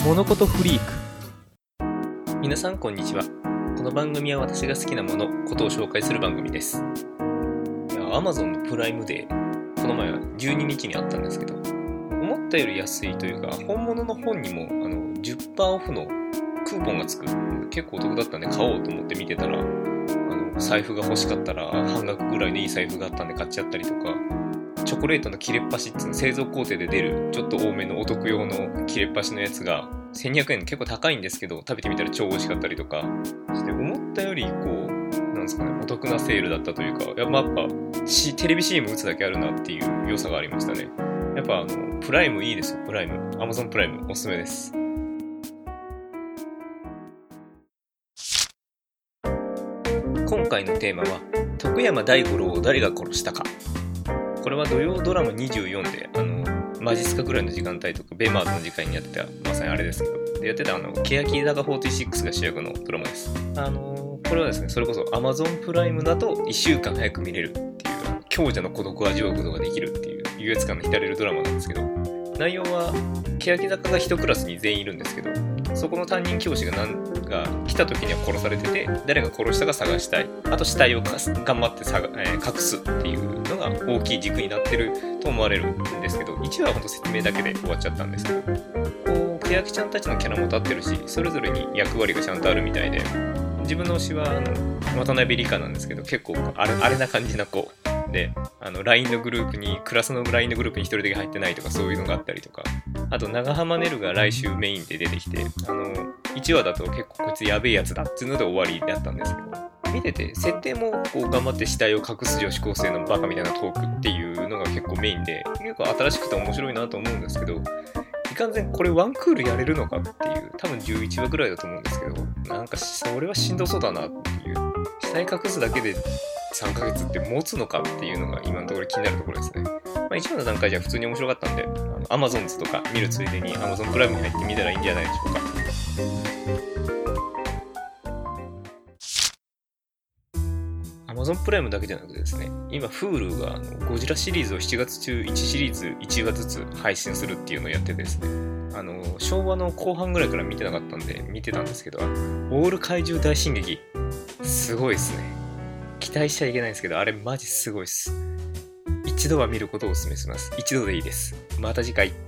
物事フリーク。皆さんこんにちは。この番組は私が好きなもの、ことを紹介する番組です。Amazon のプライムデー、この前は12日にあったんですけど、思ったより安いというか、本物の本にも10% オフのクーポンがつく、結構お得だったんで買おうと思って見てたら、財布が欲しかったら半額ぐらいでいい財布があったんで買っちゃったりとか、チョコレートの切れっ端っていうの製造工程で出るちょっと多めのお得用の切れっ端のやつが1200円、結構高いんですけど食べてみたら超美味しかったりとかして思ったよりなんですかね、お得なセールだったというか、やっぱテレビ CM 打つだけあるなっていう良さがありましたね。やっぱプライムいいですよ。プライム Amazon プライムおすすめです。今回のテーマは徳山大五郎を誰が殺したか。これは土曜ドラマ24でマジスカぐらいの時間帯とかベマーズの時間にやってたまさにあれですけど、でやってた欅坂46が主役のドラマです。これはですね、それこそ Amazon プライムだと1週間早く見れるっていう強者の孤独を味わうことができるっていう優越感の浸れるドラマなんですけど、内容は欅坂が1クラスに全員いるんですけど、そこの担任教師が来た時には殺されてて、誰が殺したか探したい、あと死体を頑張って隠すっていうのが大きい軸になってると思われるんですけど、1話はほんと説明だけで終わっちゃったんですけど、欅ちゃんたちのキャラも立ってるし、それぞれに役割がちゃんとあるみたいで、自分の推しは渡辺理香なんですけど、結構あれな感じな子で、LINE のグループに、クラスの LINE のグループに一人だけ入ってないとかそういうのがあったりとか、あと長濱ねるが来週メインで出てきて、1話だと結構こいつやべえやつだっていうので終わりだったんですけど、見てて設定も頑張って死体を隠す女子高生のバカみたいなトークっていうのが結構メインで、結構新しくて面白いなと思うんですけど、いかんせんこれワンクールやれるのかっていう、多分11話ぐらいだと思うんですけど、なんかそれはしんどそうだなっていう、死体隠すだけで3ヶ月って持つのかっていうのが今のところ気になるところですね。1話の段階じゃ普通に面白かったんで、Amazon とか見るついでに Amazon プライムに入ってみたらいいんじゃないでしょうか。Amazon プライムだけじゃなくてですね、今 Hulu がゴジラシリーズを7月中1シリーズ1話ずつ配信するっていうのをやっててですね、昭和の後半ぐらいから見てなかったんで見てたんですけど、オール怪獣大進撃すごいですね。期待しちゃいけないんですけど、あれマジすごいっす。一度は見ることをお勧めします。一度でいいです。また次回。